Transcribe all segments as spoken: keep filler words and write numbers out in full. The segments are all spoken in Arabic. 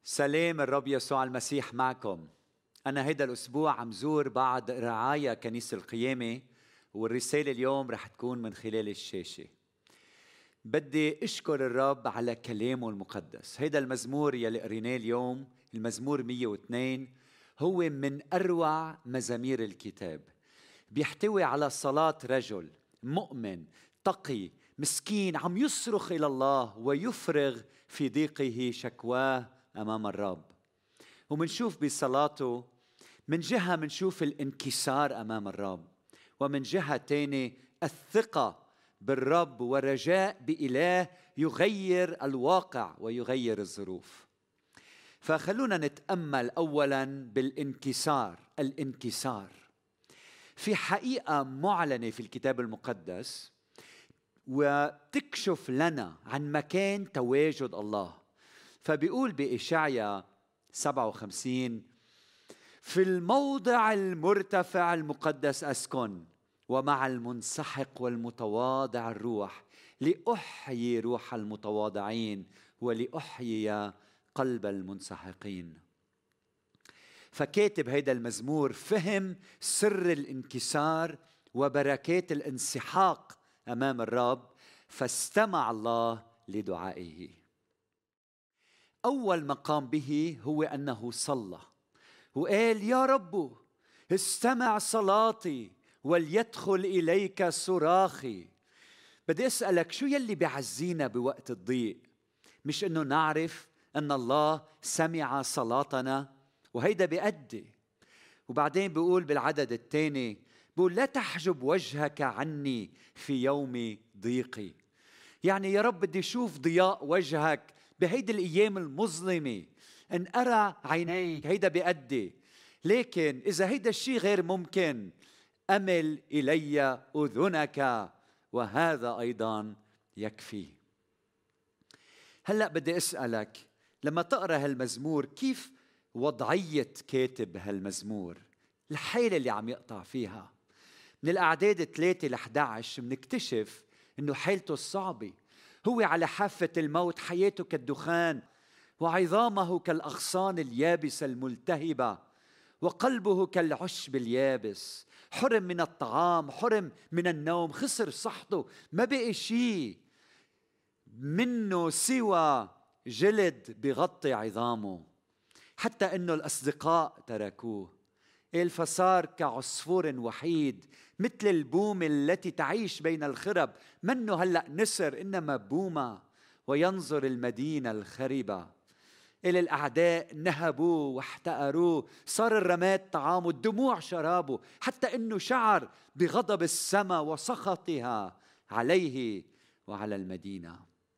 سلام الرب يسوع المسيح معكم. أنا هيدا الأسبوع عم زور بعض رعايا كنيسة القيامة، والرسالة اليوم رح تكون من خلال الشاشة. بدي أشكر الرب على كلامه المقدس. هيدا المزمور يلي قريناه اليوم، المزمور مية واثنين، هو من أروع مزامير الكتاب. بيحتوي على صلاة رجل مؤمن تقي مسكين عم يصرخ إلى الله ويفرغ في ضيقه شكواه أمام الرب. ومنشوف بصلاته من جهة منشوف الانكسار أمام الرب، ومن جهة تانية الثقة بالرب ورجاء بإله يغير الواقع ويغير الظروف. فخلونا نتأمل أولا بالانكسار. الانكسار في حقيقة معلنة في الكتاب المقدس وتكشف لنا عن مكان تواجد الله. فبيقول بإشعيا سبعة وخمسين: في الموضع المرتفع المقدس أسكن، ومع المنسحق والمتواضع الروح، لأحيي روح المتواضعين ولأحيي قلب المنسحقين. فكاتب هيدا المزمور فهم سر الانكسار وبركات الانسحاق أمام الرب، فاستمع الله لدعائه. أول ما قام به هو أنه صلى وقال: يا رب استمع صلاتي وليدخل إليك صراخي. بدي أسألك، شو يلي بيعزينا بوقت الضيق؟ مش أنه نعرف أن الله سمع صلاتنا، وهيدا بيأدي. وبعدين بيقول بالعدد الثاني، بيقول: لا تحجب وجهك عني في يوم ضيقي. يعني يا رب بدي أشوف ضياء وجهك بهيدي الأيام المظلمة، أن أرى عينيك. هيدا بيأدي. لكن إذا هيدا الشيء غير ممكن، أمل إلي أذنك وهذا أيضا يكفي. هلأ بدي أسألك، لما تقرأ هالمزمور كيف وضعية كاتب هالمزمور؟ الحالة اللي عم يقطع فيها من الأعداد ثلاثة لأحد عشر منكتشف إنه حالته الصعبة. هو على حافة الموت، حياته كالدخان وعظامه كالأغصان اليابسة الملتهبة وقلبه كالعشب اليابس. حرم من الطعام، حرم من النوم، خسر صحته، ما بقي شيء منه سوى جلد بغطي عظامه. حتى إنه الأصدقاء تركوه. فصار كعصفور وحيد، مثل البومة التي تعيش بين الخرب. منه هلأ نسر إنما بومة، وينظر المدينة الخربة. إلى الأعداء نهبوه واحتقروه، صار الرماد طعامه، الدموع شرابه. حتى إنه شعر بغضب السماء وسخطها عليه وعلى المدينة.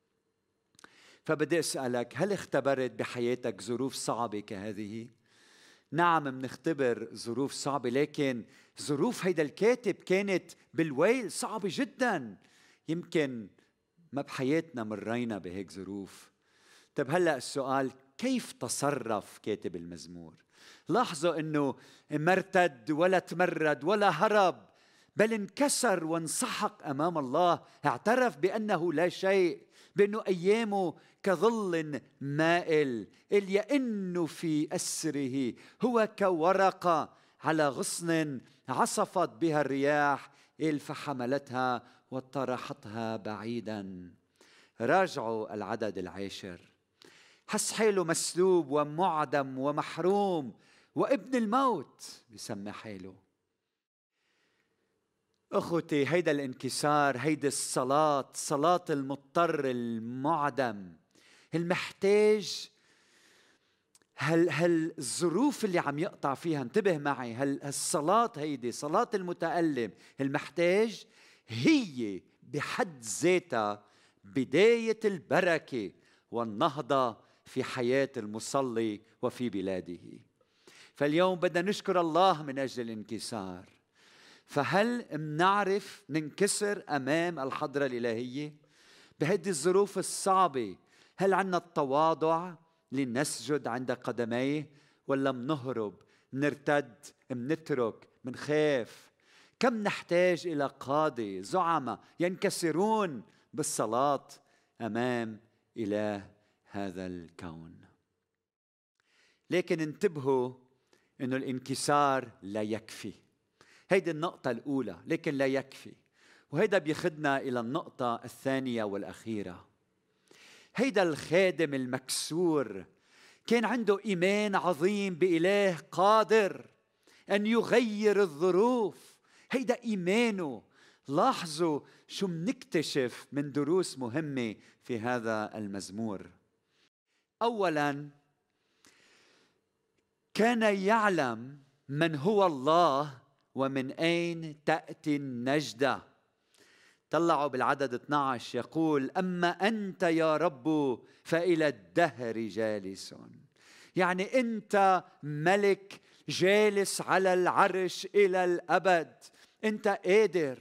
فبدي أسألك، هل اختبرت بحياتك ظروف صعبة كهذه؟ نعم، منختبر ظروف صعبة، لكن ظروف هيدا الكاتب كانت بالويل صعبة جدا. يمكن ما بحياتنا مرينا بهيك ظروف. طب هلأ السؤال، كيف تصرف كاتب المزمور؟ لاحظوا أنه ما ارتد ولا تمرد ولا هرب، بل انكسر وانسحق أمام الله. اعترف بأنه لا شيء، بأنه أيامه كظل مائل، يئن في أسره. هو كورقة على غصن عصفت بها الرياح، فحملتها وطرحتها بعيدا. راجعوا العدد العاشر. حس حاله مسلوب ومعدم ومحروم وابن الموت بسمي حاله. أخوتي، هيدا الانكسار، هيدا الصلاة، صلاة المضطر المعدم المحتاج. هل هل الظروف اللي عم يقطع فيها، انتبه معي، هل الصلاة هيدي صلاة المتألم المحتاج هي بحد ذاتها بداية البركة والنهضة في حياة المصلي وفي بلاده. فاليوم بدنا نشكر الله من أجل الانكسار. فهل منعرف ننكسر أمام الحضرة الإلهية بهذه الظروف الصعبة؟ هل عنا التواضع لنسجد عند قدميه، ولا منهرب، منرتد، منترك، منخاف؟ كم نحتاج إلى قادة زعماء ينكسرون بالصلاة أمام إله هذا الكون. لكن انتبهوا إنه الانكسار لا يكفي. هيدي النقطة الأولى، لكن لا يكفي. وهيدا بيخدنا إلى النقطة الثانية والأخيرة. هيدا الخادم المكسور كان عنده إيمان عظيم بإله قادر أن يغير الظروف. هيدا إيمانه. لاحظوا شو منكتشف من دروس مهمة في هذا المزمور. أولاً، كان يعلم من هو الله ومن أين تأتي النجدة. طلعوا بالعدد اثني عشر يقول: أما أنت يا رب فإلى الدهر جالس. يعني أنت ملك جالس على العرش إلى الأبد. أنت قادر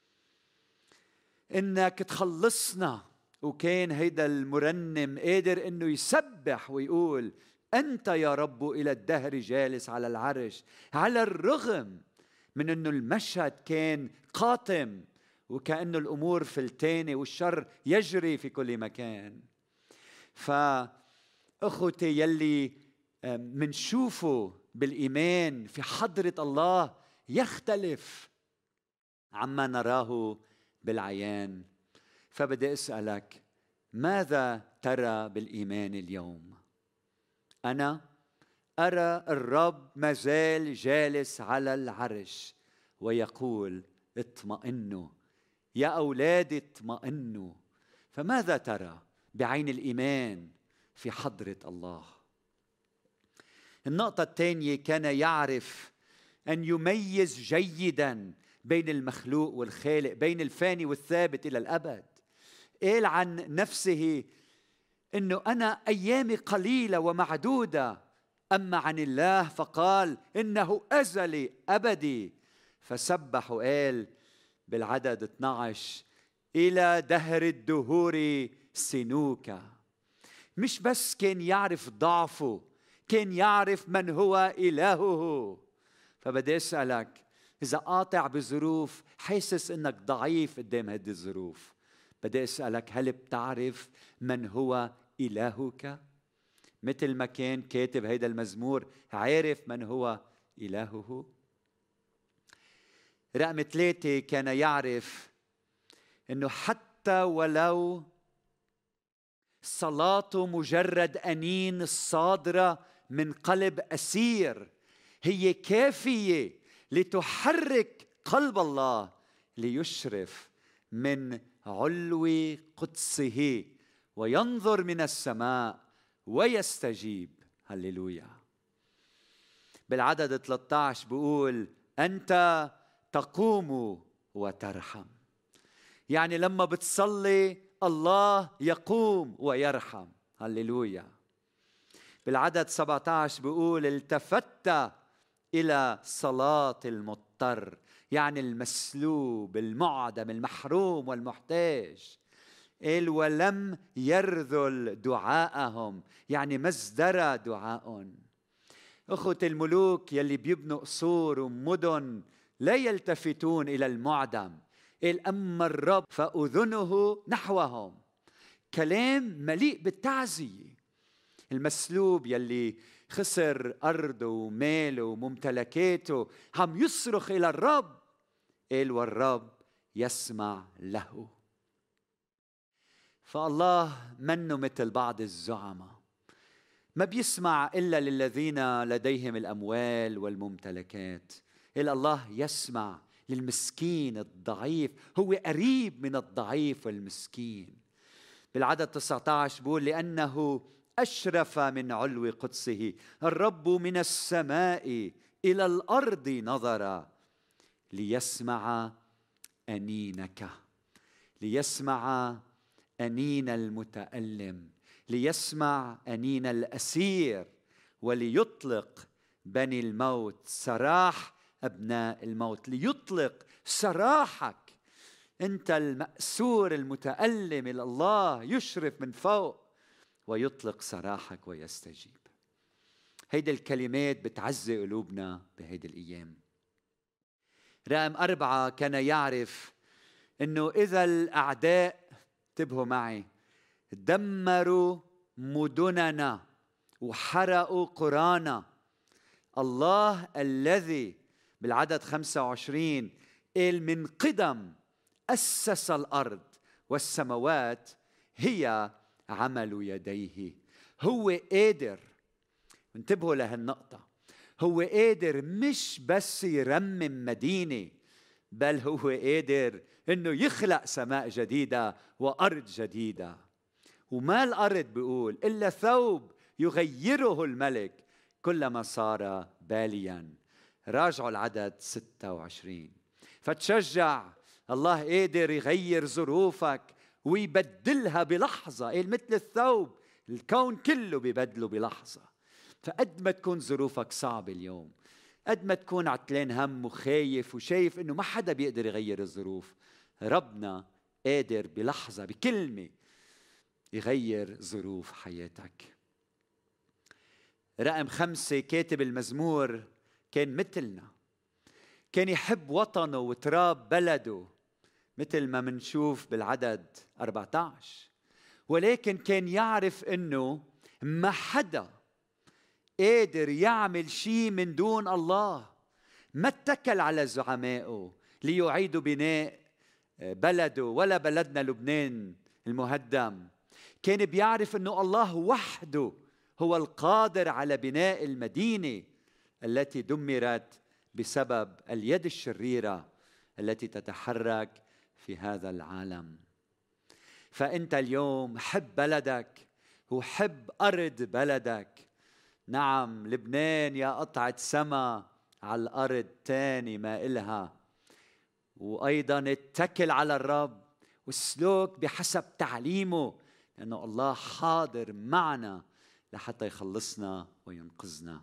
إنك تخلصنا. وكان هيدا المرنم قادر إنه يسبح ويقول: أنت يا رب إلى الدهر جالس على العرش، على الرغم من أنه المشهد كان قاتم وكأنه الأمور فلتانة والشر يجري في كل مكان. فأخوتي يلي منشوفه بالإيمان في حضرة الله يختلف عما نراه بالعيان. فبدي أسألك: ماذا ترى بالإيمان اليوم؟ أنا أرى الرب مازال جالس على العرش ويقول: اطمئنوا يا أولادي، اطمئنوا. فماذا ترى بعين الإيمان في حضرة الله؟ النقطة الثانية، كان يعرف أن يميز جيداً بين المخلوق والخالق، بين الفاني والثابت إلى الأبد. قال عن نفسه إنه أنا أيامي قليلة ومعدودة، أما عن الله فقال إنه أزلي أبدي. فسبح وقال بالعدد اثني عشر: إلى دهر الدهور سنوك. مش بس كان يعرف ضعفه، كان يعرف من هو إلهه. فبدي أسألك: إذا قاطع بظروف حاسس إنك ضعيف قدام هذه الظروف، بدي أسألك: هل بتعرف من هو إلهك؟ مثل ما كان كاتب هيدا المزمور عارف من هو إلهه. رقم ثلاثة، كان يعرف إنه حتى ولو صلاته مجرد أنين الصادرة من قلب أسير، هي كافية لتحرك قلب الله ليشرف من علو قدسه وينظر من السماء ويستجيب. هللويا. بالعدد ثلاثة عشر بيقول: أنت تقوم وترحم. يعني لما بتصلي الله يقوم ويرحم. هللويا. بالعدد سبعة عشر بيقول: التفت إلى صلاة المضطر، يعني المسلوب المعدم المحروم والمحتاج. قال: ولم يرذل دعاءهم، يعني ما ازدرى دعاءهم. أخوة الملوك يلي بيبنوا قصور ومدن لا يلتفتون إلى المعدم. قال: أما الرب فأذنه نحوهم. كلام مليء بالتعزية. المسلوب يلي خسر أرضه وماله وممتلكاته عم يصرخ إلى الرب. قال: والرب يسمع له. فالله منه مثل بعض الزعماء، ما بيسمع إلا للذين لديهم الأموال والممتلكات. إلا الله يسمع للمسكين الضعيف، هو قريب من الضعيف والمسكين. بالعدد تسعة عشر بيقول: لأنه أشرف من علو قدسه، الرب من السماء إلى الأرض نظر ليسمع أنينك، ليسمع أنين المتألم، ليسمع أنين الأسير، وليطلق بني الموت سراح أبناء الموت. ليطلق سراحك أنت المأسور المتألم، إلى الله يشرف من فوق ويطلق سراحك ويستجيب. هيدي الكلمات بتعزي قلوبنا بهيدي الأيام. رقم أربعة، كان يعرف أنه إذا الأعداء، انتبهوا معي، دمروا مدننا وحرقوا قرانا. الله الذي بالعدد خمسة وعشرين قال من قدم أسس الأرض والسماوات هي عمل يديه. هو قادر، انتبهوا لهالنقطة، هو قادر مش بس يرمم مدينة، بل هو قادر انه يخلق سماء جديدة وأرض جديدة. وما الأرض بيقول إلا ثوب يغيره الملك كلما صار باليا. راجعوا العدد ستة وعشرين. فتشجع، الله قادر يغير ظروفك ويبدلها بلحظة. إيه مثل الثوب، الكون كله بيبدله بلحظة. فقد ما تكون ظروفك صعبة اليوم، قد ما تكون عتلان هم وخايف وشايف إنه ما حدا بيقدر يغير الظروف، ربنا قادر بلحظة بكلمة يغير ظروف حياتك. رقم خمسة، كاتب المزمور كان مثلنا، كان يحب وطنه وتراب بلده مثل ما منشوف بالعدد أربعة عشر، ولكن كان يعرف إنه ما حدا قادر يعمل شيء من دون الله. ما اتكل على زعمائه ليعيدوا بناء بلده ولا بلدنا لبنان المهدم. كان بيعرف إنه الله وحده هو القادر على بناء المدينة التي دمرت بسبب اليد الشريرة التي تتحرك في هذا العالم. فأنت اليوم حب بلدك وحب أرض بلدك. نعم، لبنان يا قطعة سما على الأرض تاني ما إلها. وأيضا اتكل على الرب والسلوك بحسب تعليمه، لأنه الله حاضر معنا لحتى يخلصنا وينقذنا.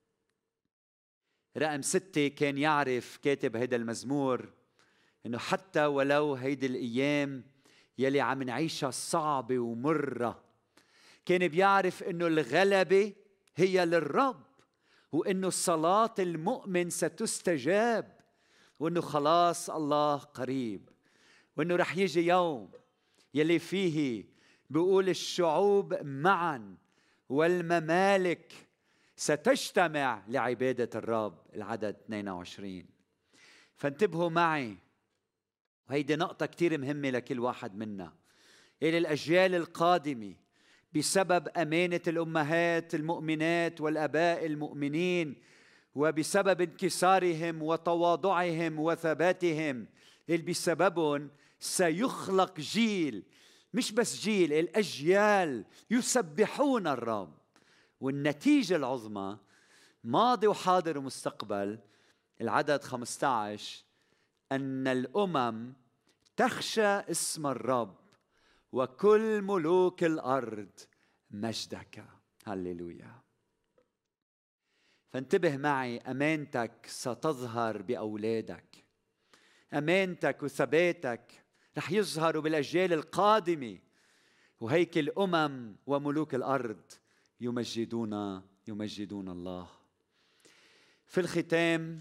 رقم ستة، كان يعرف كاتب هيدا المزمور إنه حتى ولو هيدي الأيام يلي عم نعيشها صعبة ومرة، كان بيعرف إنه الغلبة هي للرب، وإنه صلاة المؤمن ستستجاب، وإنه خلاص الله قريب، وإنه رح يجي يوم يلي فيه بيقول الشعوب معا والممالك ستجتمع لعبادة الرب. العدد اثنين وعشرين. فانتبهوا معي، وهيدي نقطة كتير مهمة لكل واحد منا. إلى الأجيال القادمة بسبب أمانة الأمهات المؤمنات والأباء المؤمنين، وبسبب انكسارهم وتواضعهم وثباتهم اللي بسببهم سيخلق جيل، مش بس جيل، الأجيال يسبحون الرب. والنتيجة العظمى ماضي وحاضر ومستقبل. العدد خمسة عشر، أن الأمم تخشى اسم الرب وكل ملوك الأرض مجدك. هللويا. فانتبه معي، أمانتك ستظهر بأولادك، أمانتك وثباتك رح يظهروا بالأجيال القادمة، وهيك الأمم وملوك الأرض يمجدون يمجدون الله. في الختام،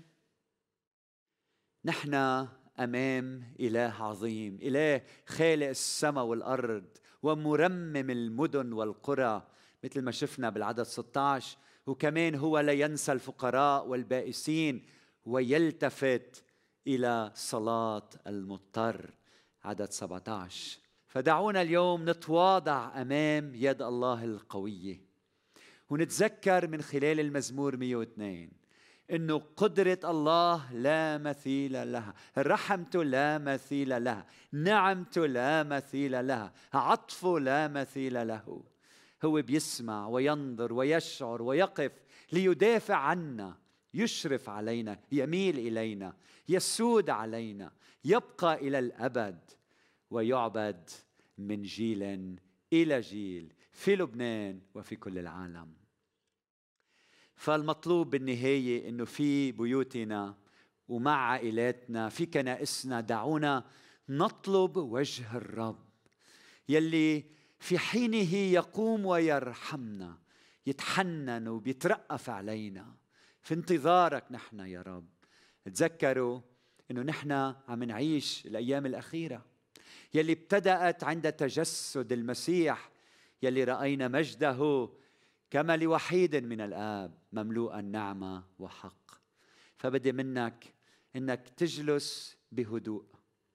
نحن أمام إله عظيم، إله خالق السماء والأرض ومرمم المدن والقرى مثل ما شفنا بالعدد ستة عشر. وكمان هو لا ينسى الفقراء والبائسين ويلتفت إلى صلاة المضطر. عدد سبعة عشر. فدعونا اليوم نتواضع أمام يد الله القوية، ونتذكر من خلال المزمور مئة واثنين إنه قدرة الله لا مثيل لها، رحمته لا مثيل لها، نعمته لا مثيل لها، عطفه لا مثيل له. هو بيسمع وينظر ويشعر ويقف ليدافع عنا، يشرف علينا، يميل إلينا، يسود علينا، يبقى إلى الأبد ويعبد من جيل إلى جيل في لبنان وفي كل العالم. فالمطلوب بالنهاية إنه في بيوتنا ومع عائلاتنا في كنائسنا دعونا نطلب وجه الرب يلي في حينه يقوم ويرحمنا، يتحنن وبيترأف علينا. في انتظارك نحن يا رب. تذكروا إنه نحن عم نعيش الأيام الأخيرة يلي ابتدأت عند تجسد المسيح، يلي رأينا مجده كما لوحيد من الآب مملوء النعمة وحق. فبدي منك إنك تجلس بهدوء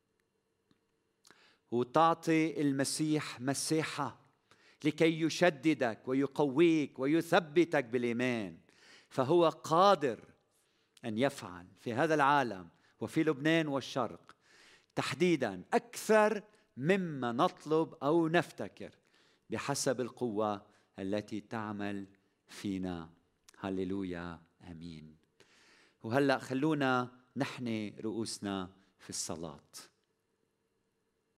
وتعطي المسيح مساحة لكي يشددك ويقويك ويثبتك بالإيمان، فهو قادر أن يفعل في هذا العالم وفي لبنان والشرق تحديدا أكثر مما نطلب أو نفتكر بحسب القوة التي تعمل فينا. هللويا آمين. وهلأ خلونا نحني رؤوسنا في الصلاة.